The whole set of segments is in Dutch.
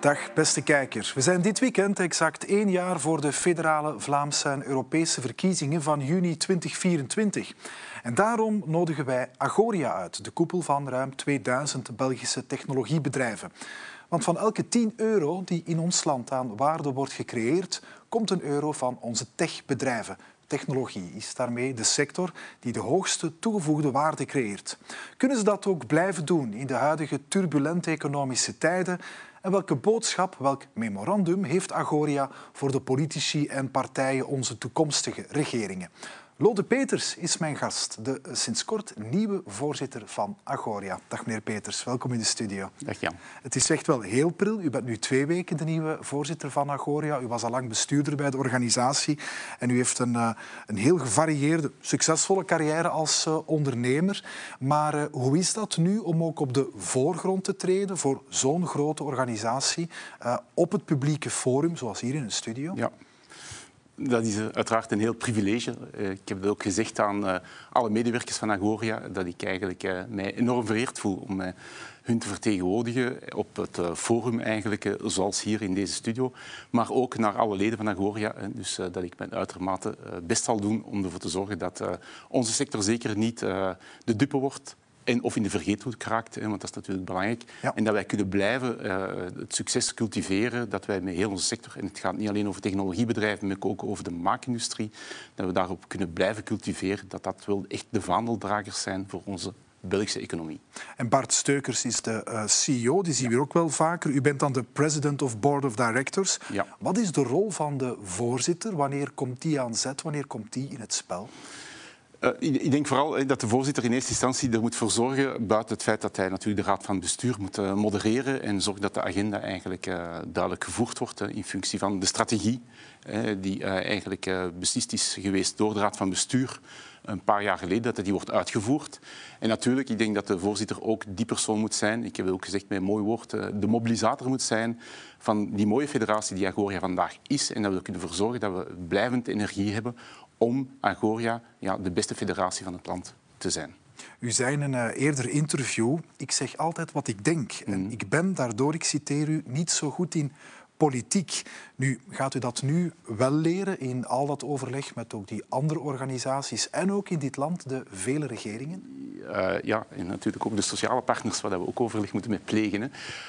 Dag beste kijkers. We zijn dit weekend exact 1 jaar voor de federale Vlaamse en Europese verkiezingen van juni 2024. En daarom nodigen wij Agoria uit, de koepel van ruim 2000 Belgische technologiebedrijven. Want van elke 10 euro die in ons land aan waarde wordt gecreëerd, komt een euro van onze techbedrijven. Technologie is daarmee de sector die de hoogste toegevoegde waarde creëert. Kunnen ze dat ook blijven doen in de huidige turbulente economische tijden? En welke boodschap, welk memorandum heeft Agoria voor de politici en partijen onze toekomstige regeringen? Lode Peters is mijn gast, de sinds kort nieuwe voorzitter van Agoria. Dag meneer Peters, welkom in de studio. Dag Jan. Het is echt wel heel pril. U bent nu 2 weken de nieuwe voorzitter van Agoria. U was al lang bestuurder bij de organisatie en u heeft een heel gevarieerde, succesvolle carrière als ondernemer. Maar hoe is dat nu om ook op de voorgrond te treden voor zo'n grote organisatie op het publieke forum, zoals hier in de studio? Ja. Dat is uiteraard een heel privilege. Ik heb het ook gezegd aan alle medewerkers van Agoria dat ik eigenlijk mij enorm vereerd voel om hun te vertegenwoordigen op het forum eigenlijk, zoals hier in deze studio. Maar ook naar alle leden van Agoria. Dus dat ik mijn uitermate best zal doen om ervoor te zorgen dat onze sector zeker niet de dupe wordt. Of in de vergeethoed geraakt, want dat is natuurlijk belangrijk. Ja. En dat wij kunnen blijven het succes cultiveren, dat wij met heel onze sector, en het gaat niet alleen over technologiebedrijven, maar ook over de maakindustrie, dat we daarop kunnen blijven cultiveren, dat wel echt de vaandeldragers zijn voor onze Belgische economie. En Bart Steukers is de CEO, die zien we ook wel vaker. U bent dan de President of Board of Directors. Ja. Wat is de rol van de voorzitter? Wanneer komt die aan zet? Wanneer komt die in het spel? Ik denk vooral dat de voorzitter in eerste instantie er moet voor zorgen, buiten het feit dat hij natuurlijk de raad van bestuur moet modereren en zorgt dat de agenda eigenlijk duidelijk gevoerd wordt in functie van de strategie die eigenlijk beslist is geweest door de raad van bestuur een paar jaar geleden, dat die wordt uitgevoerd. En natuurlijk, ik denk dat de voorzitter ook die persoon moet zijn, ik heb het ook gezegd met een mooi woord, de mobilisator moet zijn van die mooie federatie die Agoria vandaag is en dat we kunnen ervoor zorgen dat we blijvend energie hebben om Agoria de beste federatie van het land te zijn. U zei in een eerder interview, ik zeg altijd wat ik denk. En ik ben daardoor, ik citeer u, niet zo goed in politiek. Nu, gaat u dat nu wel leren in al dat overleg met ook die andere organisaties en ook in dit land de vele regeringen? Ja, en natuurlijk ook de sociale partners, waar we ook overleg moeten mee plegen.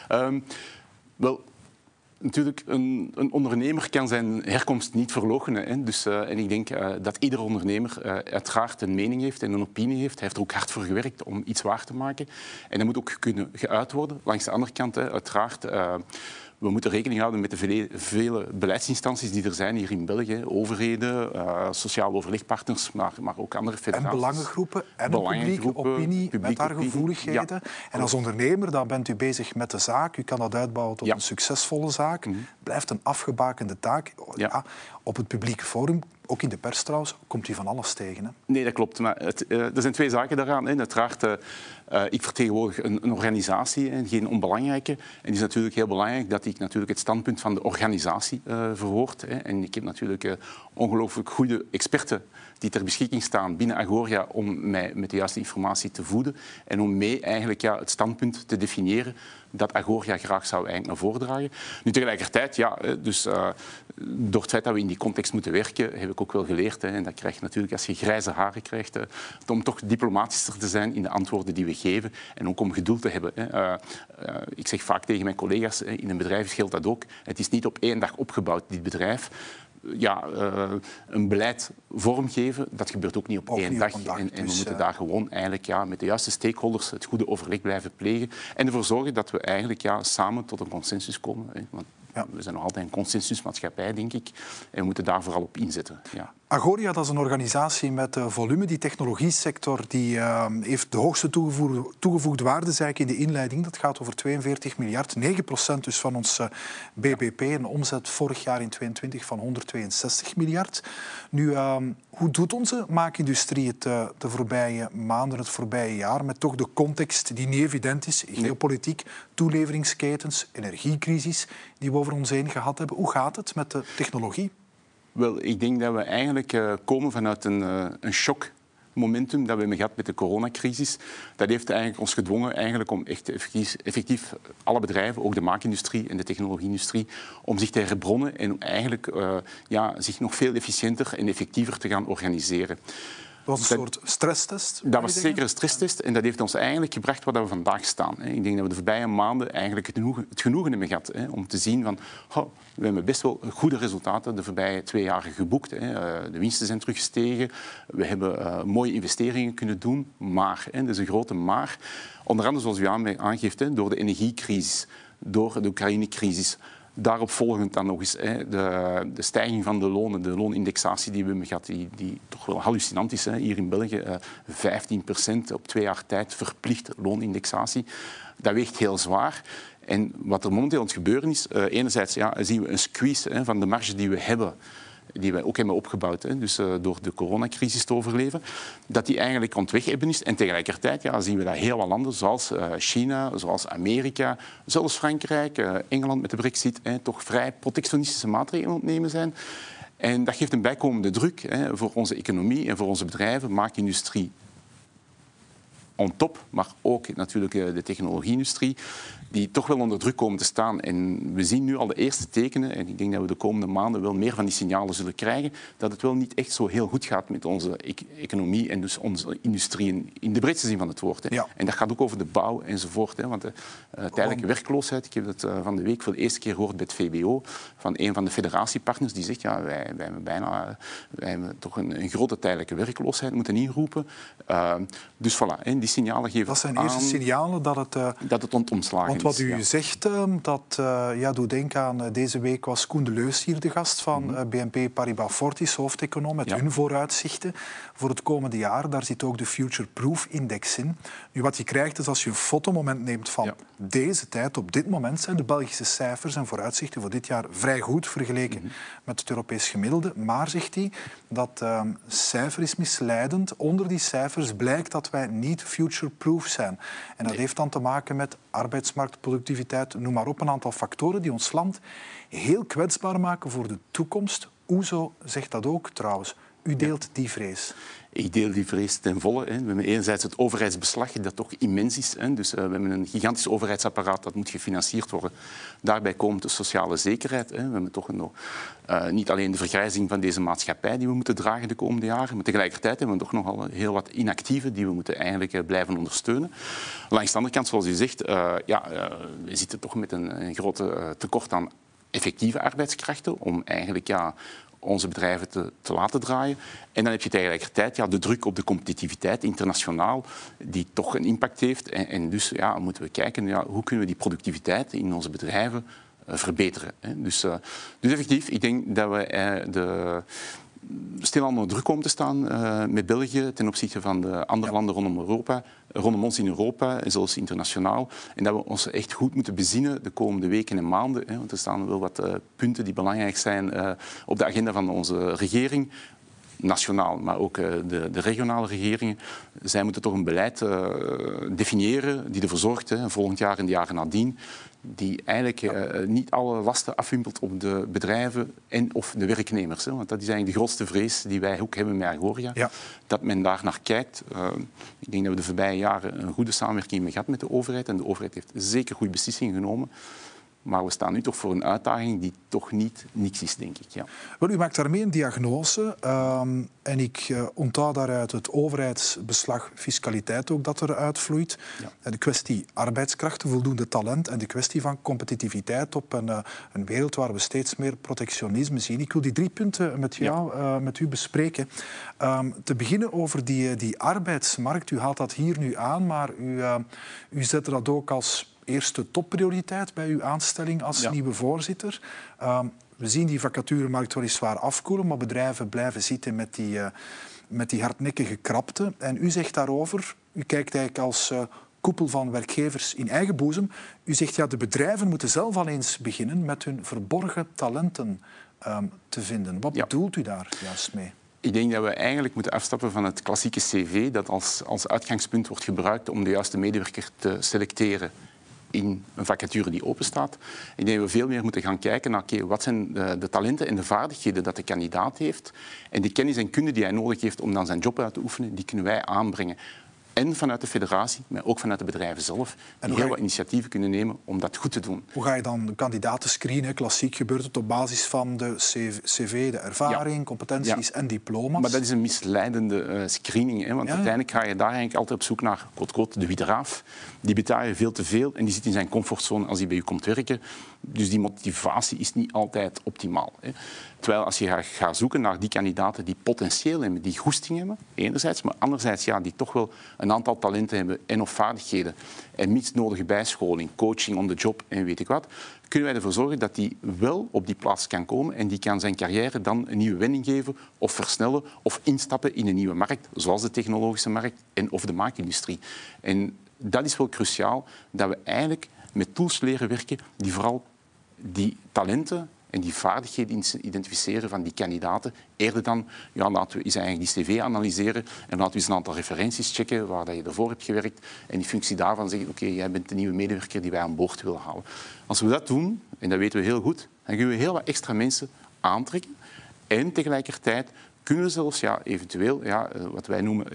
Wel, natuurlijk, een ondernemer kan zijn herkomst niet verloochenen. Dus, en ik denk dat ieder ondernemer uiteraard een mening heeft en een opinie heeft. Hij heeft er ook hard voor gewerkt om iets waar te maken. En dat moet ook kunnen geuit worden. Langs de andere kant, uiteraard, we moeten rekening houden met de vele beleidsinstanties die er zijn hier in België. Overheden, sociale overlegpartners, maar ook andere federaties. En belangengroepen en publieke opinie met haar gevoeligheden. Ja. En als ondernemer dan bent u bezig met de zaak. U kan dat uitbouwen tot een succesvolle zaak. Blijft een afgebakende taak. Ja, op het publieke forum, ook in de pers trouwens, komt u van alles tegen. Hè? Nee, dat klopt. Maar er zijn 2 zaken daaraan. Uiteraard, ik vertegenwoordig een organisatie, geen onbelangrijke. En het is natuurlijk heel belangrijk dat ik natuurlijk het standpunt van de organisatie verwoord. En ik heb natuurlijk ongelooflijk goede experten die ter beschikking staan binnen Agoria om mij met de juiste informatie te voeden en om mee eigenlijk het standpunt te definiëren dat Agoria graag zou eigenlijk naar voren dragen. Nu tegelijkertijd, dus door het feit dat we in die context moeten werken, heb ik ook wel geleerd, en dat krijg je natuurlijk als je grijze haren krijgt, om toch diplomatischer te zijn in de antwoorden die we geven en ook om geduld te hebben. Ik zeg vaak tegen mijn collega's, in een bedrijf geldt dat ook, het is niet op 1 dag opgebouwd, dit bedrijf. Een beleid vormgeven, dat gebeurt ook niet op 1 dag. En we moeten daar gewoon eigenlijk met de juiste stakeholders het goede overleg blijven plegen en ervoor zorgen dat we eigenlijk samen tot een consensus komen. Want we zijn nog altijd een consensusmaatschappij, denk ik. En we moeten daar vooral op inzetten. Ja. Agoria, dat is een organisatie met volume. Die technologiesector die heeft de hoogste toegevoegde waarde, zei ik in de inleiding. Dat gaat over 42 miljard, 9% dus van ons BBP. Een omzet vorig jaar in 2022 van 162 miljard. Nu, hoe doet onze maakindustrie het de voorbije maanden, het voorbije jaar, met toch de context die niet evident is, geopolitiek, toeleveringsketens, energiecrisis die we over ons heen gehad hebben. Hoe gaat het met de technologie? Wel, ik denk dat we eigenlijk komen vanuit een shock momentum dat we hebben gehad met de coronacrisis, dat heeft eigenlijk ons gedwongen om echt effectief alle bedrijven, ook de maakindustrie en de technologie-industrie, om zich te herbronnen en eigenlijk zich nog veel efficiënter en effectiever te gaan organiseren. Dat was een soort stresstest? Dat was zeker een stresstest en dat heeft ons eigenlijk gebracht waar we vandaag staan. Ik denk dat we de voorbije maanden eigenlijk het genoegen hebben gehad om te zien van we hebben best wel goede resultaten de voorbije 2 jaar geboekt. De winsten zijn teruggestegen, we hebben mooie investeringen kunnen doen, maar, dat is een grote maar, onder andere zoals u aangeeft, door de energiecrisis, door de Oekraïne-crisis. Daarop volgend dan nog eens de stijging van de lonen, de loonindexatie die we hebben gehad, die toch wel hallucinant is. Hier in België 15% op 2 jaar tijd verplicht loonindexatie. Dat weegt heel zwaar. En wat er momenteel aan het gebeuren is, enerzijds zien we een squeeze van de marge die we hebben, die wij ook hebben opgebouwd, dus door de coronacrisis te overleven, dat die eigenlijk aan het wegebben is. En tegelijkertijd zien we dat heel wat landen, zoals China, zoals Amerika, zelfs Frankrijk, Engeland met de brexit, toch vrij protectionistische maatregelen aan het nemen zijn. En dat geeft een bijkomende druk voor onze economie en voor onze bedrijven, maakindustrie on top, maar ook natuurlijk de technologie-industrie, die toch wel onder druk komen te staan. En we zien nu al de eerste tekenen, en ik denk dat we de komende maanden wel meer van die signalen zullen krijgen, dat het wel niet echt zo heel goed gaat met onze economie en dus onze industrie in de breedste zin van het woord. Ja. En dat gaat ook over de bouw enzovoort. Want de tijdelijke werkloosheid, ik heb het van de week voor de eerste keer gehoord bij het VBO, van een van de federatiepartners, die zegt, wij hebben toch een grote tijdelijke werkloosheid moeten inroepen. Dus voilà, die signalen geven dat zijn eerste signalen dat het ontslagen is. Want wat u zegt, dat doet denken aan deze week was Koen de Leus hier de gast van BNP Paribas Fortis, hoofdeconoom, met hun vooruitzichten voor het komende jaar. Daar zit ook de Future Proof Index in. Nu, wat je krijgt is als je een fotomoment neemt van deze tijd, op dit moment zijn de Belgische cijfers en vooruitzichten voor dit jaar vrij goed vergeleken met het Europees gemiddelde. Maar, zegt hij, dat cijfer is misleidend. Onder die cijfers blijkt dat wij niet future-proof zijn. En dat heeft dan te maken met arbeidsmarkt, productiviteit, noem maar op, een aantal factoren die ons land heel kwetsbaar maken voor de toekomst. OESO zegt dat ook trouwens. U deelt die vrees. Ik deel die vrees ten volle. We hebben enerzijds het overheidsbeslag, dat toch immens is. Dus we hebben een gigantisch overheidsapparaat dat moet gefinancierd worden. Daarbij komt de sociale zekerheid. We hebben toch niet alleen de vergrijzing van deze maatschappij die we moeten dragen de komende jaren, maar tegelijkertijd hebben we toch nogal heel wat inactieven die we moeten eigenlijk blijven ondersteunen. Langs de andere kant, zoals u zegt, we zitten toch met een groot tekort aan effectieve arbeidskrachten om eigenlijk onze bedrijven te laten draaien. En dan heb je tegelijkertijd de druk op de competitiviteit internationaal, die toch een impact heeft. En dus moeten we kijken, hoe kunnen we die productiviteit in onze bedrijven verbeteren. Dus effectief, ik denk dat we stilaan onder druk komen te staan met België ten opzichte van de andere landen rondom ons in Europa en zelfs internationaal. En dat we ons echt goed moeten bezinnen de komende weken en maanden. Want er staan wel wat punten die belangrijk zijn op de agenda van onze regering. Nationaal, maar ook de regionale regeringen. Zij moeten toch een beleid definiëren die ervoor zorgt, volgend jaar en de jaren nadien, die eigenlijk niet alle lasten afwimpelt op de bedrijven en of de werknemers. Want dat is eigenlijk de grootste vrees die wij ook hebben met Agoria. Ja. Dat men daar naar kijkt. Ik denk dat we de voorbije jaren een goede samenwerking hebben gehad met de overheid. En de overheid heeft zeker goede beslissingen genomen. Maar we staan nu toch voor een uitdaging die toch niet niks is, denk ik. Ja. Wel, u maakt daarmee een diagnose. En ik onthoud daaruit het overheidsbeslag fiscaliteit ook dat eruit vloeit. Ja. De kwestie arbeidskrachten, voldoende talent en de kwestie van competitiviteit op een wereld waar we steeds meer protectionisme zien. Ik wil die 3 punten met u bespreken. Te beginnen over die arbeidsmarkt. U haalt dat hier nu aan, maar u zet dat ook als eerste topprioriteit bij uw aanstelling als nieuwe voorzitter. We zien die vacaturemarkt weliswaar afkoelen, maar bedrijven blijven zitten met die hardnekkige krapte. En u zegt daarover, u kijkt eigenlijk als koepel van werkgevers in eigen boezem. U zegt, de bedrijven moeten zelf al eens beginnen met hun verborgen talenten te vinden. Wat bedoelt u daar juist mee? Ik denk dat we eigenlijk moeten afstappen van het klassieke cv dat als uitgangspunt wordt gebruikt om de juiste medewerker te selecteren in een vacature die openstaat. Ik denk dat we veel meer moeten gaan kijken naar wat zijn de talenten en de vaardigheden dat de kandidaat heeft. En die kennis en kunde die hij nodig heeft om dan zijn job uit te oefenen, die kunnen wij aanbrengen. En vanuit de federatie, maar ook vanuit de bedrijven zelf, die heel wat initiatieven kunnen nemen om dat goed te doen. Hoe ga je dan kandidaten screenen? Klassiek gebeurt het op basis van de cv, de ervaring, competenties en diploma's. Maar dat is een misleidende screening, hè? Want uiteindelijk ga je daar eigenlijk altijd op zoek naar de witte raaf. Die betaal je veel te veel en die zit in zijn comfortzone als hij bij je komt werken. Dus die motivatie is niet altijd optimaal, hè? Terwijl als je gaat zoeken naar die kandidaten die potentieel hebben, die goesting hebben, enerzijds, maar anderzijds die toch wel een aantal talenten hebben en of vaardigheden en mits nodige bijscholing, coaching on the job en weet ik wat, kunnen wij ervoor zorgen dat die wel op die plaats kan komen en die kan zijn carrière dan een nieuwe wending geven of versnellen of instappen in een nieuwe markt, zoals de technologische markt en of de maakindustrie. En dat is wel cruciaal, dat we eigenlijk met tools leren werken die vooral die talenten en die vaardigheden identificeren van die kandidaten, eerder dan laten we eens eigenlijk die cv analyseren en laten we eens een aantal referenties checken waar je ervoor hebt gewerkt en in functie daarvan zeggen, oké, jij bent de nieuwe medewerker die wij aan boord willen halen. Als we dat doen, en dat weten we heel goed, dan kunnen we heel wat extra mensen aantrekken en tegelijkertijd kunnen we zelfs eventueel wat wij noemen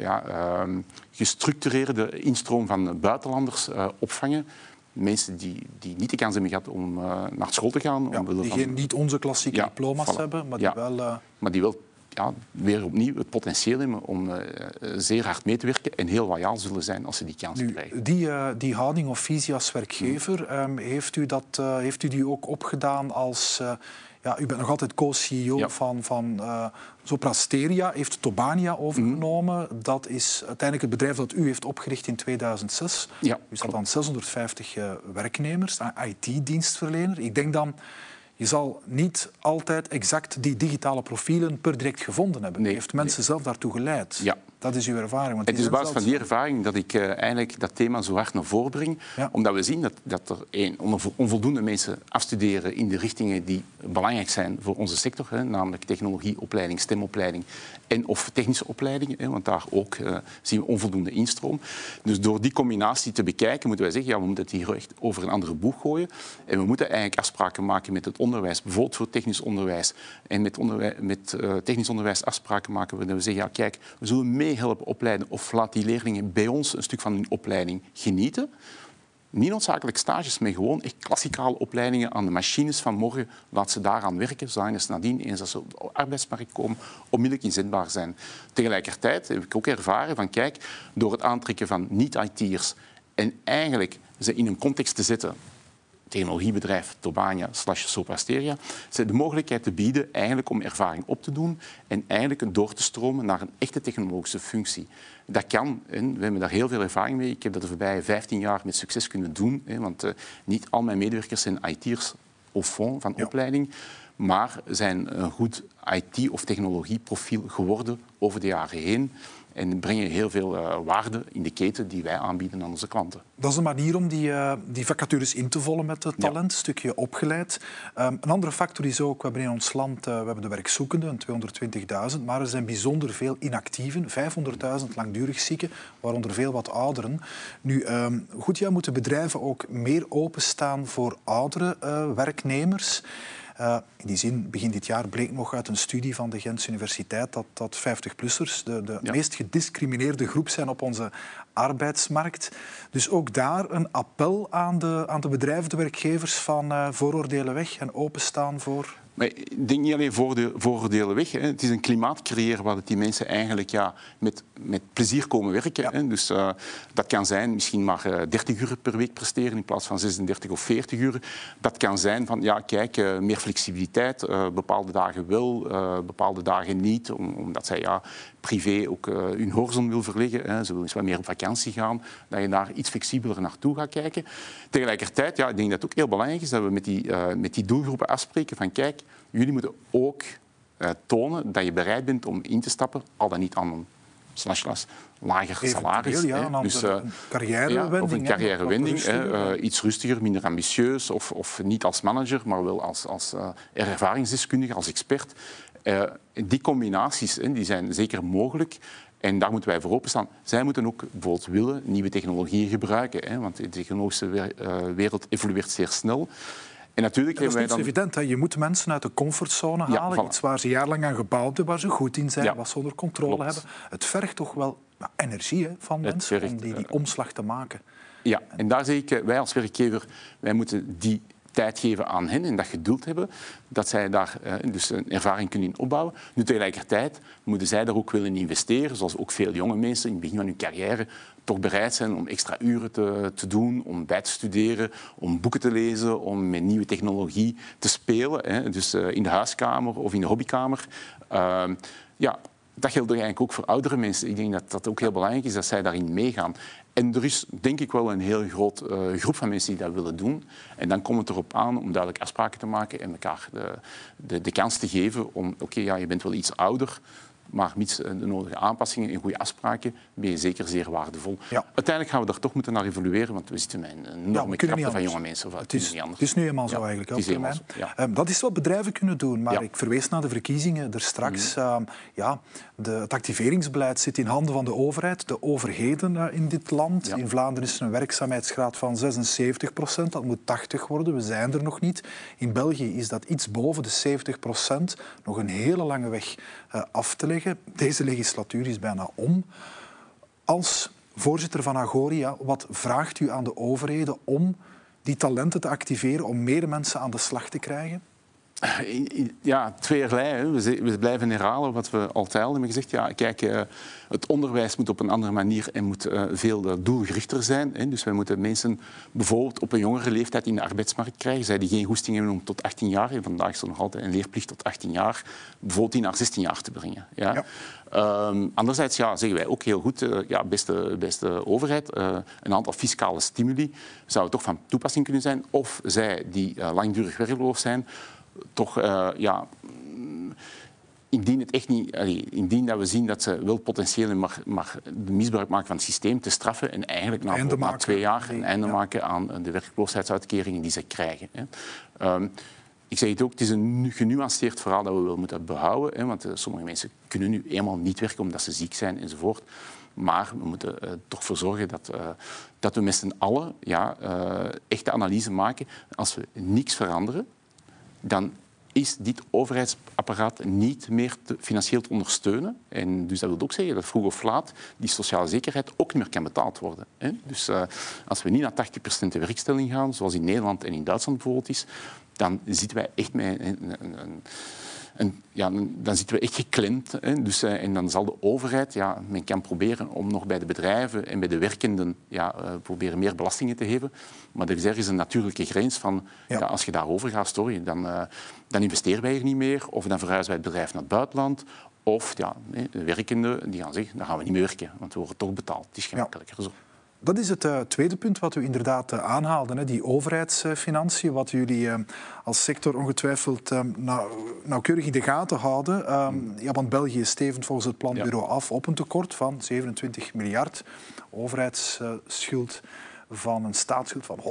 gestructureerde instroom van buitenlanders opvangen. Mensen die niet de kans hebben gehad om naar school te gaan. Die niet onze klassieke diploma's hebben, maar die wel... Maar die wel weer opnieuw het potentieel hebben om zeer hard mee te werken en heel loyaal zullen zijn als ze die kans krijgen. Die houding of visie als werkgever, heeft u die ook opgedaan als... u bent nog altijd co-CEO van Soprasteria, heeft Tobania overgenomen. Dat is uiteindelijk het bedrijf dat u heeft opgericht in 2006. Ja, u zat aan 650 werknemers, IT-dienstverlener. Ik denk dan, je zal niet altijd exact die digitale profielen per direct gevonden hebben. U heeft mensen zelf daartoe geleid. Ja. Dat is uw ervaring. Want het is op basis van die ervaring dat ik eigenlijk dat thema zo hard naar voren breng. Ja. Omdat we zien dat er onvoldoende mensen afstuderen in de richtingen die belangrijk zijn voor onze sector. Namelijk technologieopleiding, STEM-opleiding en of technische opleidingen. Want daar ook zien we onvoldoende instroom. Dus door die combinatie te bekijken moeten wij zeggen, we moeten het hier echt over een andere boeg gooien. En we moeten eigenlijk afspraken maken met het onderwijs. Bijvoorbeeld voor technisch onderwijs. En met technisch onderwijs afspraken maken waarin we zeggen, kijk, we zullen mee helpen opleiden of laat die leerlingen bij ons een stuk van hun opleiding genieten. Niet noodzakelijk stages, maar gewoon echt klassikale opleidingen aan de machines van morgen. Laat ze daaraan werken, zodat ze nadien, eens als ze op de arbeidsmarkt komen, onmiddellijk inzetbaar zijn. Tegelijkertijd heb ik ook ervaren van, kijk, door het aantrekken van niet-IT'ers en eigenlijk ze in een context te zetten, technologiebedrijf Tobania /Soprasteria, de mogelijkheid te bieden eigenlijk om ervaring op te doen en eigenlijk door te stromen naar een echte technologische functie. Dat kan, en we hebben daar heel veel ervaring mee. Ik heb dat de voorbije 15 jaar met succes kunnen doen, want niet al mijn medewerkers zijn IT'ers au fond van opleiding, maar zijn een goed IT- of technologieprofiel geworden over de jaren heen. En brengen heel veel waarde in de keten die wij aanbieden aan onze klanten. Dat is een manier om die vacatures in te vullen met het talent, een stukje opgeleid. Een andere factor is ook, we hebben in ons land we hebben de werkzoekenden, 220.000, maar er zijn bijzonder veel inactieven, 500.000 langdurig zieken, waaronder veel wat ouderen. Nu, moeten bedrijven ook meer openstaan voor oudere werknemers. In die zin, begin dit jaar bleek nog uit een studie van de Gentse Universiteit dat 50-plussers de meest gediscrimineerde groep zijn op onze arbeidsmarkt. Dus ook daar een appel aan de bedrijven, de werkgevers van vooroordelen weg en openstaan voor... Maar ik denk niet alleen vooroordelen weg. Het is een klimaat creëren waar die mensen eigenlijk met plezier komen werken. Ja. Dus dat kan zijn misschien maar 30 uur per week presteren in plaats van 36 of 40 uur. Dat kan zijn van, meer flexibiliteit. Bepaalde dagen wel, bepaalde dagen niet. Omdat zij privé ook hun horizon wil verleggen. Ze willen eens wat meer op vakantie gaan. Dat je daar iets flexibeler naartoe gaat kijken. Tegelijkertijd, ik denk dat het ook heel belangrijk is dat we met die doelgroepen afspreken van, kijk, jullie moeten ook tonen dat je bereid bent om in te stappen, al dan niet aan een lager salaris. Dus een carrièrewending. Of een carrièrewending. Iets rustiger, minder ambitieus. Of niet als manager, maar wel als ervaringsdeskundige, als expert. Die combinaties die zijn zeker mogelijk. En daar moeten wij voor openstaan. Zij moeten ook bijvoorbeeld willen nieuwe technologieën gebruiken. Hè, want de technologische wereld evolueert zeer snel. En natuurlijk dat is niet zo evident. Hè? Je moet mensen uit de comfortzone halen. Ja, voilà. Iets waar ze jarenlang aan gebouwd hebben, waar ze goed in zijn, wat ze onder controle hebben. Het vergt toch wel energie van mensen om die omslag te maken. Ja, en daar zeg ik, wij als werkgever, wij moeten die tijd geven aan hen en dat geduld hebben, dat zij daar dus een ervaring kunnen opbouwen. Nu tegelijkertijd moeten zij daar ook willen investeren, zoals ook veel jonge mensen in het begin van hun carrière toch bereid zijn om extra uren te doen, om bij te studeren, om boeken te lezen, om met nieuwe technologie te spelen, hè, dus in de huiskamer of in de hobbykamer. Ja, dat geldt eigenlijk ook voor oudere mensen. Ik denk dat dat ook heel belangrijk is dat zij daarin meegaan. En er is denk ik wel een heel groot groep van mensen die dat willen doen. En dan komt het erop aan om duidelijk afspraken te maken en elkaar de kans te geven om, ja, je bent wel iets ouder, maar mits de nodige aanpassingen en goede afspraken ben je zeker zeer waardevol. Ja. Uiteindelijk gaan we daar toch moeten naar evalueren, want we zitten met een enorme krapte van jonge mensen. Het is nu eenmaal zo eigenlijk. Dat is wat bedrijven kunnen doen, maar ik verwees naar de verkiezingen er straks. Het activeringsbeleid zit in handen van de overheid, de overheden in dit land. Ja. In Vlaanderen is er een werkzaamheidsgraad van 76%, dat moet 80 worden, we zijn er nog niet. In België is dat iets boven de 70%, nog een hele lange weg af te leggen. Deze legislatuur is bijna om. Als voorzitter van Agoria, wat vraagt u aan de overheden om die talenten te activeren, om meer mensen aan de slag te krijgen? Ja, tweeërlei. We blijven herhalen wat we altijd al hebben gezegd. Ja, kijk, het onderwijs moet op een andere manier en moet veel doelgerichter zijn. Dus wij moeten mensen bijvoorbeeld op een jongere leeftijd in de arbeidsmarkt krijgen. Zij die geen goesting hebben om tot 18 jaar, en vandaag is er nog altijd een leerplicht tot 18 jaar, bijvoorbeeld die naar 16 jaar te brengen. Ja. Anderzijds zeggen wij ook heel goed, beste overheid, een aantal fiscale stimuli zouden toch van toepassing kunnen zijn. Of zij die langdurig werkloos zijn, toch, indien dat we zien dat ze wel potentieel maar misbruik maken van het systeem, te straffen en eigenlijk na 2 jaar een einde maken aan de werkloosheidsuitkeringen die ze krijgen. Ik zeg het ook, het is een genuanceerd verhaal dat we wel moeten behouden, hè, want sommige mensen kunnen nu eenmaal niet werken omdat ze ziek zijn enzovoort. Maar we moeten toch voor zorgen dat we met z'n allen echte analyse maken. Als we niks veranderen, dan is dit overheidsapparaat niet meer financieel te ondersteunen. En dus dat wil ook zeggen dat vroeg of laat die sociale zekerheid ook niet meer kan betaald worden. Hè? Dus als we niet naar 80% de werkstelling gaan, zoals in Nederland en in Duitsland bijvoorbeeld is, dan zitten wij echt met dan zitten we echt geklemd. Hè. Dus, en dan zal de overheid, men kan proberen om nog bij de bedrijven en bij de werkenden proberen meer belastingen te heffen. Maar er is een natuurlijke grens van, als je daarover gaat, dan investeren wij hier niet meer, of dan verhuizen wij het bedrijf naar het buitenland. Of de werkenden die gaan zeggen, dan gaan we niet meer werken, want we worden toch betaald. Het is gemakkelijker zo. Dat is het tweede punt wat u inderdaad aanhaalde, die overheidsfinanciën, wat jullie als sector ongetwijfeld nauwkeurig in de gaten houden. Want België stevend volgens het planbureau af op een tekort van 27 miljard. Overheidsschuld van een staatsschuld van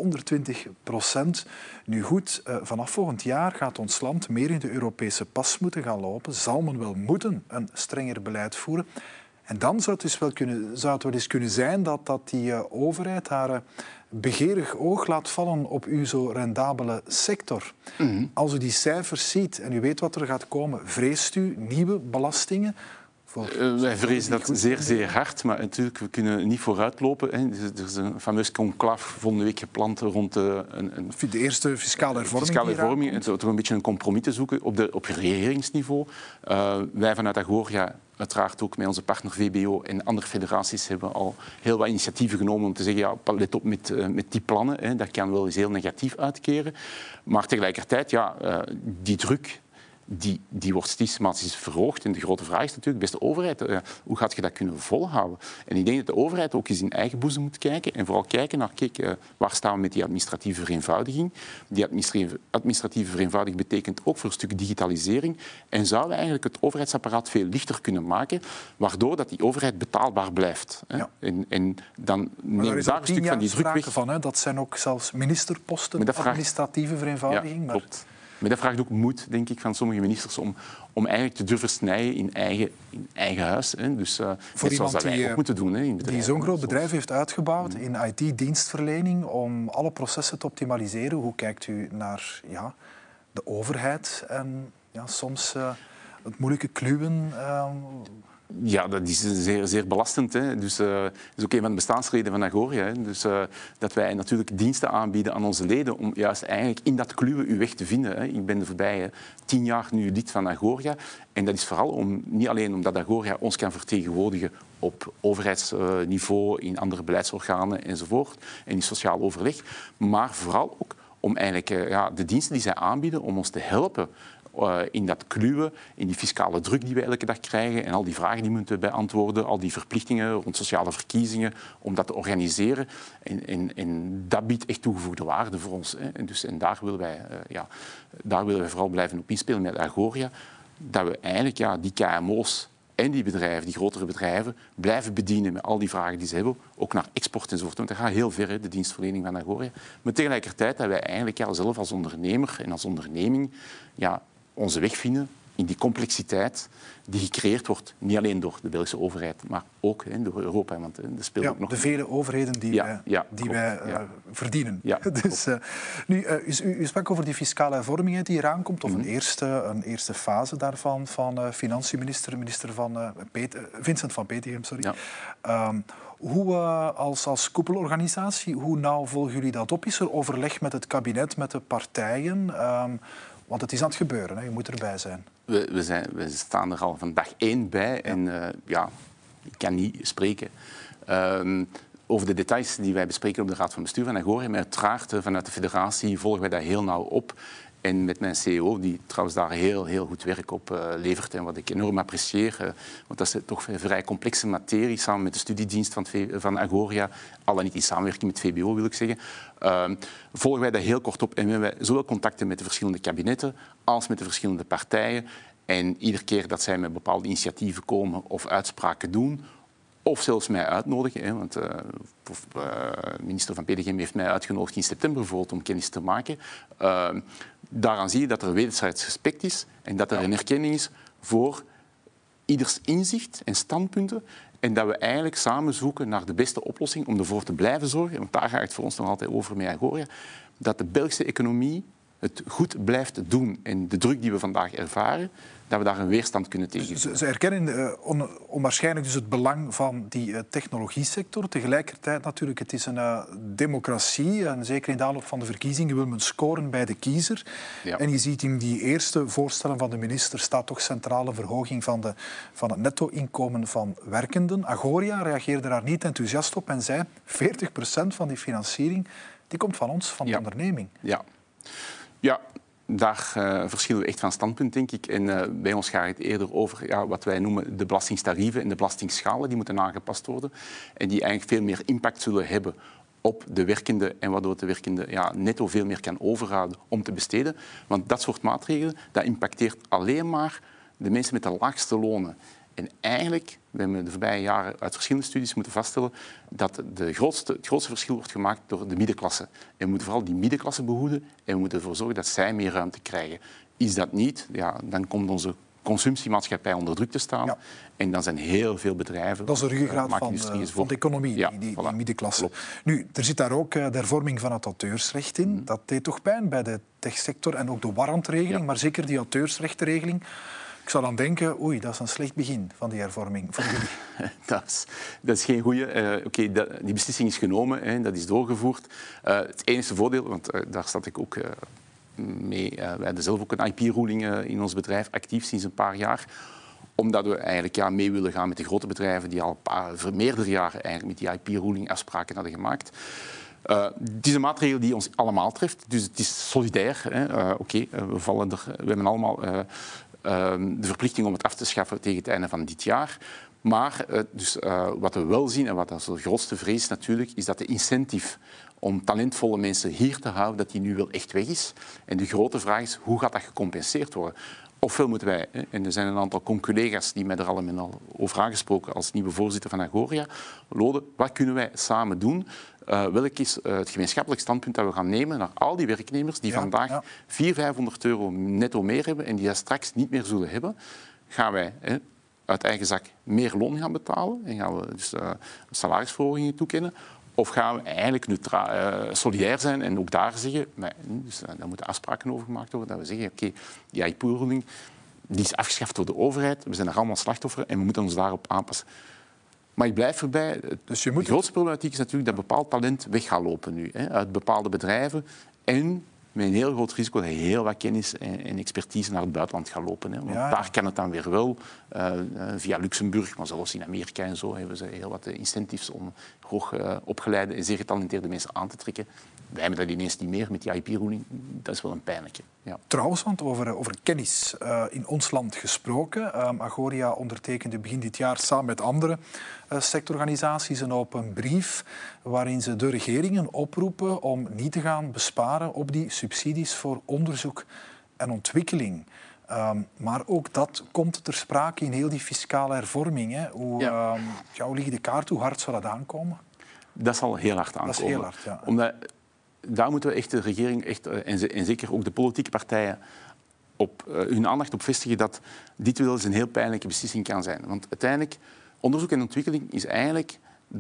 120%. Nu goed, vanaf volgend jaar gaat ons land meer in de Europese pas moeten gaan lopen. Zal men wel moeten een strenger beleid voeren. En dan zou het wel eens kunnen zijn dat die overheid haar begeerig oog laat vallen op uw zo rendabele sector. Mm-hmm. Als u die cijfers ziet en u weet wat er gaat komen, vreest u nieuwe belastingen? Wij vrezen dat zeer hard, maar natuurlijk, we kunnen niet vooruitlopen. Hè. Er is een fameus conclave volgende week gepland rond de eerste fiscale hervorming. En toch een beetje een compromis te zoeken op regeringsniveau. Wij vanuit Agoria, uiteraard ook met onze partner VBO en andere federaties, hebben al heel wat initiatieven genomen om te zeggen, let op met die plannen. Hè. Dat kan wel eens heel negatief uitkeren. Maar tegelijkertijd, die druk die wordt systematisch verhoogd. En de grote vraag is natuurlijk, beste overheid, hoe gaat je dat kunnen volhouden? En ik denk dat de overheid ook eens in eigen boezem moet kijken en vooral kijken naar, waar staan we met die administratieve vereenvoudiging? Die administratieve vereenvoudiging betekent ook voor een stuk digitalisering. En zouden we eigenlijk het overheidsapparaat veel lichter kunnen maken, waardoor dat die overheid betaalbaar blijft. Hè? Ja. En dan nemen we daar een stuk van die druk weg. Van, hè? Dat zijn ook zelfs ministerposten, administratieve vereenvoudiging. Ja, klopt. Maar dat vraagt ook moed, denk ik, van sommige ministers om eigenlijk te durven snijden in eigen huis. Hè. Dus net zoals dat wij ook moeten doen. Hè, in die zo'n groot bedrijf heeft uitgebouwd in IT-dienstverlening om alle processen te optimaliseren. Hoe kijkt u naar de overheid en soms het moeilijke kluwen? Ja, dat is zeer, zeer belastend. Hè. Dus, dat is ook een van de bestaansreden van Agoria. Hè. Dus, dat wij natuurlijk diensten aanbieden aan onze leden om juist eigenlijk in dat kluwen uw weg te vinden. Hè. Ik ben de voorbije 10 jaar nu lid van Agoria. En dat is vooral niet alleen omdat Agoria ons kan vertegenwoordigen op overheidsniveau, in andere beleidsorganen enzovoort, en in sociaal overleg, maar vooral ook om eigenlijk de diensten die zij aanbieden om ons te helpen in dat kluwen, in die fiscale druk die we elke dag krijgen en al die vragen die we moeten beantwoorden, al die verplichtingen rond sociale verkiezingen, om dat te organiseren. En dat biedt echt toegevoegde waarde voor ons. Hè. En daar willen wij vooral blijven op inspelen met Agoria, dat we eigenlijk die KMO's en die bedrijven, die grotere bedrijven, blijven bedienen met al die vragen die ze hebben, ook naar export enzovoort. Want dat gaat heel ver, hè, de dienstverlening van Agoria. Maar tegelijkertijd dat wij eigenlijk zelf als ondernemer en als onderneming onze weg vinden in die complexiteit die gecreëerd wordt, niet alleen door de Belgische overheid, maar ook door Europa. Want er speelt ook nog de vele overheden die wij verdienen. Ja, dus, u sprak over die fiscale hervorming die eraan komt, of een eerste fase daarvan van financiënminister Vincent van Petegem. Sorry. Ja. Hoe als koepelorganisatie, hoe nauw volgen jullie dat op? Is er overleg met het kabinet, met de partijen? Want het is aan het gebeuren, hè. Je moet erbij zijn. We staan er al van dag 1 bij. En ik kan niet spreken over de details die wij bespreken op de Raad van Bestuur van Agoria. Maar uiteraard, vanuit de federatie volgen wij dat heel nauw op. En met mijn CEO, die trouwens daar heel, heel goed werk op levert en wat ik enorm apprecieer, want dat is toch een vrij complexe materie, samen met de studiedienst van Agoria, al dan niet in samenwerking met VBO wil ik zeggen, volgen wij dat heel kort op en hebben wij zowel contacten met de verschillende kabinetten als met de verschillende partijen. En iedere keer dat zij met bepaalde initiatieven komen of uitspraken doen, of zelfs mij uitnodigen, hè, want minister van Petegem heeft mij uitgenodigd in september bijvoorbeeld om kennis te maken. Daaraan zie je dat er wederzijds respect is en dat er een erkenning is voor ieders inzicht en standpunten en dat we eigenlijk samen zoeken naar de beste oplossing om ervoor te blijven zorgen, want daar gaat het voor ons nog altijd over met Agoria, dat de Belgische economie het goed blijft doen en de druk die we vandaag ervaren, dat we daar een weerstand kunnen tegen. Ze erkennen onwaarschijnlijk dus het belang van die technologiesector. Tegelijkertijd natuurlijk, het is een democratie en zeker in de aanloop van de verkiezingen wil men scoren bij de kiezer. Ja. En je ziet in die eerste voorstellen van de minister staat toch centrale verhoging van het netto-inkomen van werkenden. Agoria reageerde daar niet enthousiast op en zei 40% van die financiering die komt van ons, van de onderneming. Ja, daar verschillen we echt van standpunt, denk ik. En bij ons gaat het eerder over wat wij noemen de belastingstarieven en de belastingschalen. Die moeten aangepast worden en die eigenlijk veel meer impact zullen hebben op de werkende en waardoor de werkende netto veel meer kan overhouden om te besteden. Want dat soort maatregelen, dat impacteert alleen maar de mensen met de laagste lonen. En eigenlijk, we hebben de voorbije jaren uit verschillende studies moeten vaststellen dat het grootste verschil wordt gemaakt door de middenklasse. En we moeten vooral die middenklasse behoeden en we moeten ervoor zorgen dat zij meer ruimte krijgen. Is dat niet, dan komt onze consumptiemaatschappij onder druk te staan. Ja. En dan zijn heel veel bedrijven... Dat is de ruggengraat van de economie, die middenklasse. Klopt. Nu, er zit daar ook de hervorming van het auteursrecht in. Dat deed toch pijn bij de techsector en ook de warrantregeling, maar zeker die auteursrechtenregeling. Ik zou dan denken, oei, dat is een slecht begin van die hervorming voor jullie. Dat is geen goeie. Die beslissing is genomen, dat is doorgevoerd. Het enige voordeel, want daar zat ik ook mee, wij hadden zelf ook een IP-ruling in ons bedrijf, actief sinds een paar jaar, omdat we eigenlijk mee willen gaan met de grote bedrijven die al meerdere jaren eigenlijk met die IP-ruling afspraken hadden gemaakt. Het is een maatregel die ons allemaal treft, dus het is solidair. We hebben allemaal... de verplichting om het af te schaffen tegen het einde van dit jaar. Maar wat we wel zien, en wat als de grootste vrees natuurlijk, is dat de incentive om talentvolle mensen hier te houden, dat die nu wel echt weg is. En de grote vraag is, hoe gaat dat gecompenseerd worden? Ofwel moeten wij, en er zijn een aantal collega's die mij er al over aangesproken als nieuwe voorzitter van Agoria, Lode, wat kunnen wij samen doen? Welk is het gemeenschappelijk standpunt dat we gaan nemen naar al die werknemers die vandaag 400-500 euro netto meer hebben en die dat straks niet meer zullen hebben? Gaan wij uit eigen zak meer loon gaan betalen en gaan we dus salarisverhogingen toekennen? Of gaan we eigenlijk solidair zijn en ook daar zeggen, dus daar moeten afspraken over gemaakt worden, dat we zeggen, oké, die IP-ruling die is afgeschaft door de overheid, we zijn er allemaal slachtoffer en we moeten ons daarop aanpassen. Maar ik blijf erbij, dus de grootste problematiek is natuurlijk dat bepaald talent weg gaat lopen nu, uit bepaalde bedrijven en met een heel groot risico dat heel wat kennis en expertise naar het buitenland gaat lopen. Want daar kan het dan weer wel, via Luxemburg, maar zelfs in Amerika en zo, hebben ze heel wat incentives om hoog opgeleide en zeer getalenteerde mensen aan te trekken. Wij hebben dat ineens niet meer met die IP-ruling. Dat is wel een pijnlijke. Ja. Trouwens, want over kennis in ons land gesproken. Agoria ondertekende begin dit jaar samen met andere sectororganisaties een open brief waarin ze de regeringen oproepen om niet te gaan besparen op die subsidies voor onderzoek en ontwikkeling. Maar ook dat komt ter sprake in heel die fiscale hervorming. Hè. Hoe liggen de kaart? Hoe hard zal dat aankomen? Dat zal heel hard aankomen. Dat is heel hard, ja. Omdat daar moeten we echt de regering en zeker ook de politieke partijen hun aandacht op vestigen dat dit wel eens een heel pijnlijke beslissing kan zijn. Want uiteindelijk, onderzoek en ontwikkeling is eigenlijk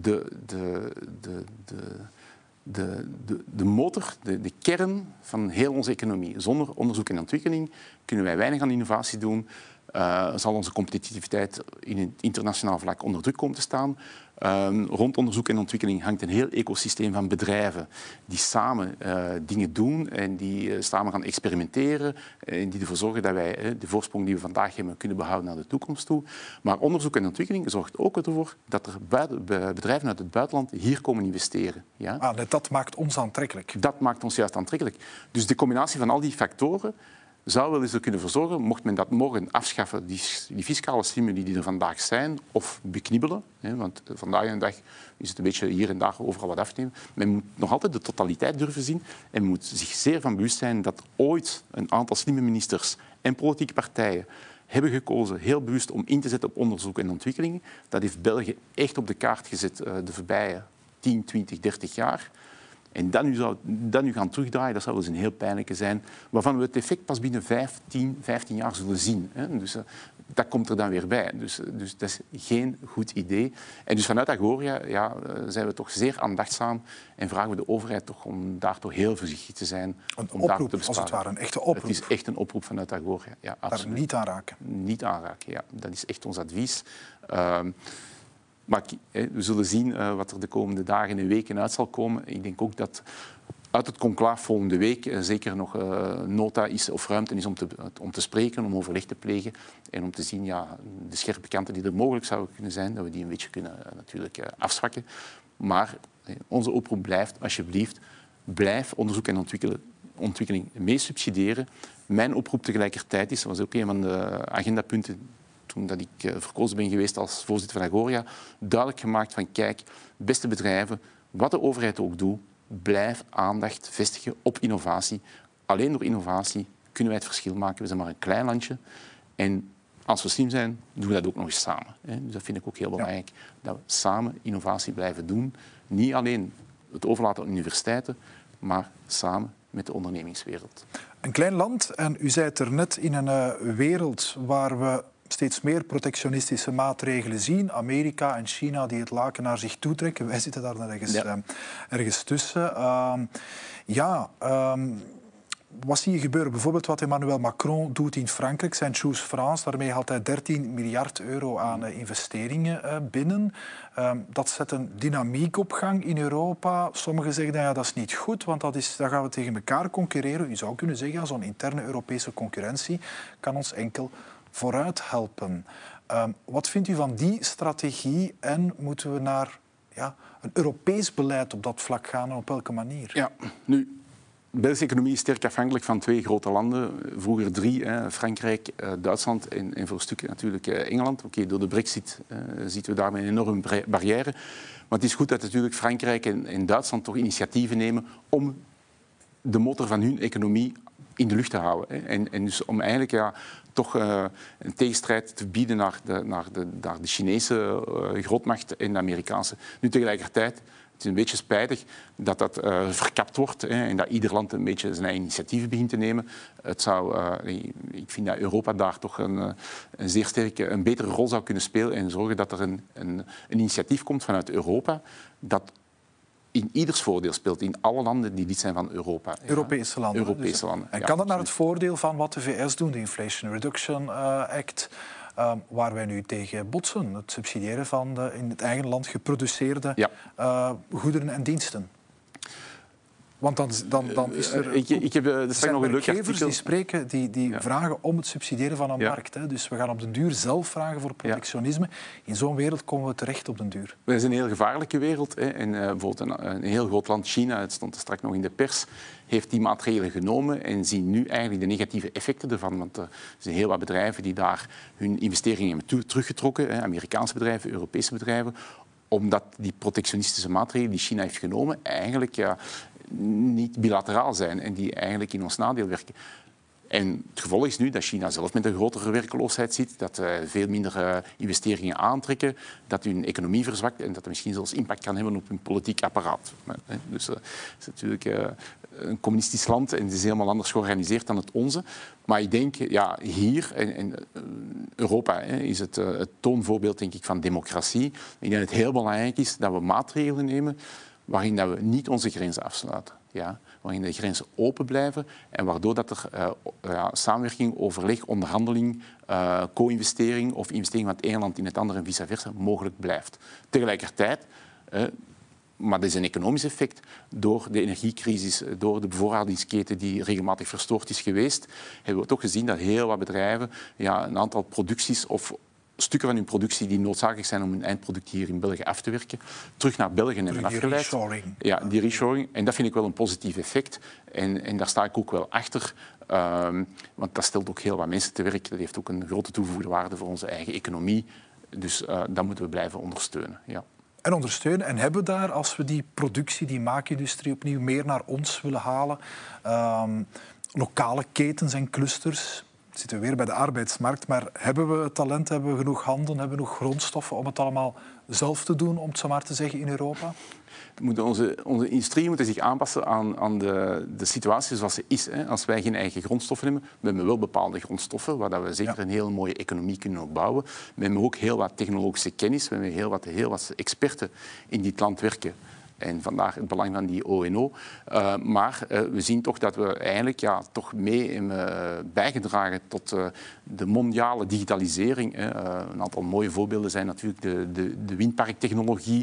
de motor, de kern van heel onze economie. Zonder onderzoek en ontwikkeling kunnen wij weinig aan innovatie doen. Zal onze competitiviteit in het internationaal vlak onder druk komen te staan. Rond onderzoek en ontwikkeling hangt een heel ecosysteem van bedrijven die samen dingen doen en die samen gaan experimenteren en die ervoor zorgen dat wij de voorsprong die we vandaag hebben kunnen behouden naar de toekomst toe. Maar onderzoek en ontwikkeling zorgt ook ervoor dat er bedrijven uit het buitenland hier komen investeren. Ja? Dat maakt ons aantrekkelijk. Dat maakt ons juist aantrekkelijk. Dus de combinatie van al die factoren zou wel eens er kunnen voor zorgen, mocht men dat morgen afschaffen, die fiscale stimuli die er vandaag zijn, of beknibbelen. Want vandaag de dag is het een beetje hier en daar overal wat afnemen. Men moet nog altijd de totaliteit durven zien en men moet zich zeer van bewust zijn dat ooit een aantal slimme ministers en politieke partijen hebben gekozen heel bewust om in te zetten op onderzoek en ontwikkeling. Dat heeft België echt op de kaart gezet de voorbije 10, 20, 30 jaar. En dat nu gaan terugdraaien, dat zou wel eens een heel pijnlijke zijn, waarvan we het effect pas binnen 15 jaar zullen zien. Dus dat komt er dan weer bij. Dus dat is geen goed idee. En dus vanuit Agoria zijn we toch zeer aandachtsam en vragen we de overheid toch om daar toch heel voorzichtig te zijn. Een oproep, als het ware, een echte oproep. Het is echt een oproep vanuit Agoria. Ja, absoluut. Daar niet aanraken. Niet aanraken, ja. Dat is echt ons advies. Maar we zullen zien wat er de komende dagen en weken uit zal komen. Ik denk ook dat uit het conclaaf volgende week zeker nog nota is of ruimte is om te spreken, om overleg te plegen en om te zien de scherpe kanten die er mogelijk zouden kunnen zijn, dat we die een beetje kunnen natuurlijk afzwakken. Maar onze oproep blijft, alsjeblieft, blijf onderzoek en ontwikkeling mee subsidiëren. Mijn oproep tegelijkertijd is, dat was ook een van de agendapunten toen dat ik verkozen ben geweest als voorzitter van Agoria, duidelijk gemaakt van kijk, beste bedrijven, wat de overheid ook doet, blijf aandacht vestigen op innovatie. Alleen door innovatie kunnen wij het verschil maken. We zijn maar een klein landje. En als we slim zijn, doen we dat ook nog eens samen. Dus dat vind ik ook heel belangrijk, dat we samen innovatie blijven doen. Niet alleen het overlaten aan universiteiten, maar samen met de ondernemingswereld. Een klein land, en u zei het er net, in een wereld waar we steeds meer protectionistische maatregelen zien. Amerika en China die het laken naar zich toetrekken. Wij zitten daar ergens tussen. Wat zie je gebeuren? Bijvoorbeeld wat Emmanuel Macron doet in Frankrijk, zijn Choose France. Daarmee haalt hij 13 miljard euro aan investeringen binnen. Dat zet een dynamiek op gang in Europa. Sommigen zeggen dat is niet goed, want dan gaan we tegen elkaar concurreren. U zou kunnen zeggen, zo'n interne Europese concurrentie kan ons enkel vooruit helpen. Wat vindt u van die strategie en moeten we naar een Europees beleid op dat vlak gaan en op welke manier? Ja, nu, de Belgische economie is sterk afhankelijk van 2 grote landen. Vroeger 3, Frankrijk, Duitsland en voor een stuk natuurlijk Engeland. Door de brexit zitten we daarmee een enorme barrière. Maar het is goed dat natuurlijk Frankrijk en Duitsland toch initiatieven nemen om de motor van hun economie in de lucht te houden. En dus om eigenlijk toch een tegenstrijd te bieden naar de Chinese grootmacht en de Amerikaanse. Nu tegelijkertijd, het is een beetje spijtig dat dat verkapt wordt en dat ieder land een beetje zijn eigen initiatieven begint te nemen. Ik vind dat Europa daar toch een zeer sterke, een betere rol zou kunnen spelen en zorgen dat er een initiatief komt vanuit Europa dat in ieders voordeel speelt, in alle landen die lid zijn van Europa. Europese landen. Europese landen. En kan dat naar het voordeel van wat de VS doen, de Inflation Reduction Act, waar wij nu tegen botsen, het subsidiëren van de in het eigen land geproduceerde goederen en diensten? Want dan is er... Ik heb straks nog een leuk artikel. Die spreken, die vragen om het subsidiëren van een markt. Hè. Dus we gaan op den duur zelf vragen voor protectionisme. In zo'n wereld komen we terecht op den duur. Het is een heel gevaarlijke wereld. Hè. En bijvoorbeeld een heel groot land, China, het stond er straks nog in de pers, heeft die maatregelen genomen en zien nu eigenlijk de negatieve effecten ervan. Want er zijn heel wat bedrijven die daar hun investeringen hebben teruggetrokken. Hè. Amerikaanse bedrijven, Europese bedrijven. Omdat die protectionistische maatregelen die China heeft genomen eigenlijk niet bilateraal zijn en die eigenlijk in ons nadeel werken. En het gevolg is nu dat China zelf met een grotere werkloosheid zit, dat veel minder investeringen aantrekken, dat hun economie verzwakt en dat het misschien zelfs impact kan hebben op hun politiek apparaat. Dus het is natuurlijk een communistisch land en het is helemaal anders georganiseerd dan het onze. Maar ik denk, hier in Europa is het toonvoorbeeld denk ik, van democratie. Ik denk dat het heel belangrijk is dat we maatregelen nemen waarin dat we niet onze grenzen afsluiten. Ja, waarin de grenzen open blijven en waardoor dat er samenwerking, overleg, onderhandeling, co-investering of investering van het ene land in het andere en vice versa mogelijk blijft. Tegelijkertijd, maar dat is een economisch effect, door de energiecrisis, door de bevoorradingsketen die regelmatig verstoord is geweest, hebben we toch gezien dat heel wat bedrijven een aantal producties of stukken van hun productie die noodzakelijk zijn om hun eindproduct hier in België af te werken, terug naar België hebben afgeleid. Reshoring. Ja, die reshoring. En dat vind ik wel een positief effect. En daar sta ik ook wel achter. Want dat stelt ook heel wat mensen te werk. Dat heeft ook een grote toegevoegde waarde voor onze eigen economie. Dus dat moeten we blijven ondersteunen. Ja. En ondersteunen. En hebben we daar, als we die productie, die maakindustrie opnieuw meer naar ons willen halen, lokale ketens en clusters? Zitten we weer bij de arbeidsmarkt, maar hebben we talent, hebben we genoeg handen, hebben we genoeg grondstoffen om het allemaal zelf te doen, om het zo maar te zeggen, in Europa? Onze industrie moet zich aanpassen aan de situatie zoals ze is. Hè. Als wij geen eigen grondstoffen hebben, we hebben wel bepaalde grondstoffen waar we zeker een heel mooie economie kunnen opbouwen. We hebben ook heel wat technologische kennis, we hebben heel wat experten in dit land werken. En vandaar het belang van die ONO. Maar we zien toch dat we eigenlijk toch mee hebben bijgedragen tot de mondiale digitalisering. Een aantal mooie voorbeelden zijn natuurlijk de windparktechnologie,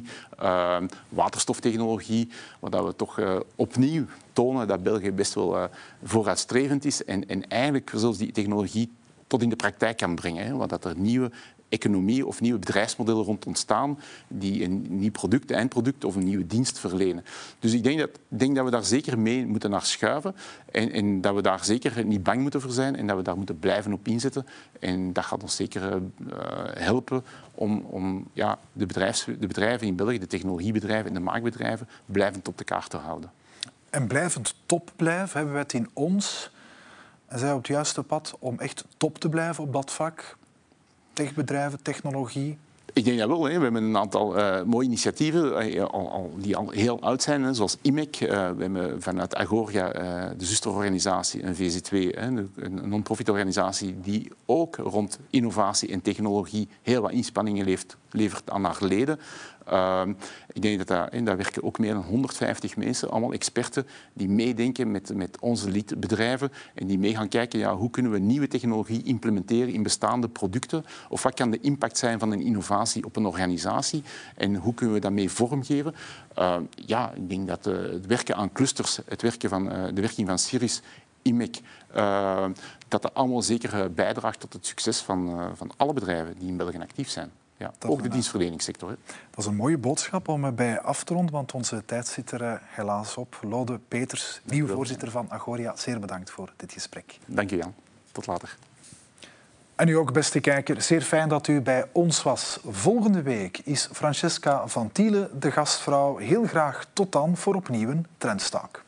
waterstoftechnologie, waar we toch opnieuw tonen dat België best wel vooruitstrevend is en eigenlijk zelfs die technologie tot in de praktijk kan brengen. Want dat er nieuwe economie of nieuwe bedrijfsmodellen rond ontstaan die een nieuw product, eindproduct of een nieuwe dienst verlenen. Dus ik denk dat we daar zeker mee moeten naar schuiven en dat we daar zeker niet bang moeten voor zijn en dat we daar moeten blijven op inzetten. En dat gaat ons zeker helpen om de bedrijven in België, de technologiebedrijven en de maakbedrijven, blijvend op de kaart te houden. En blijvend top blijven, hebben wij het in ons en zijn we op het juiste pad om echt top te blijven op dat vak? Techbedrijven, technologie? Ik denk dat wel. Hè. We hebben een aantal mooie initiatieven die al heel oud zijn, hè, zoals IMEC. We hebben vanuit Agoria, de zusterorganisatie, een VZ2, een non-profit organisatie die ook rond innovatie en technologie heel wat inspanningen levert aan haar leden. Ik denk dat daar werken ook meer dan 150 mensen, allemaal experten, die meedenken met onze lidbedrijven en die mee gaan kijken hoe kunnen we nieuwe technologie implementeren in bestaande producten of wat kan de impact zijn van een innovatie op een organisatie en hoe kunnen we dat mee vormgeven. Ik denk dat het werken aan clusters, de werking van CIRIS, IMEC, dat allemaal zeker bijdraagt tot het succes van alle bedrijven die in België actief zijn. Ja, ook de dienstverleningssector. Hè. Dat is een mooie boodschap om bij af te ronden, want onze tijd zit er helaas op. Lode Peters, nieuwe voorzitter van Agoria, zeer bedankt voor dit gesprek. Dank je, Jan. Tot later. En u ook, beste kijker, zeer fijn dat u bij ons was. Volgende week is Francesca van Tiele de gastvrouw. Heel graag tot dan voor opnieuw een Trendstalk.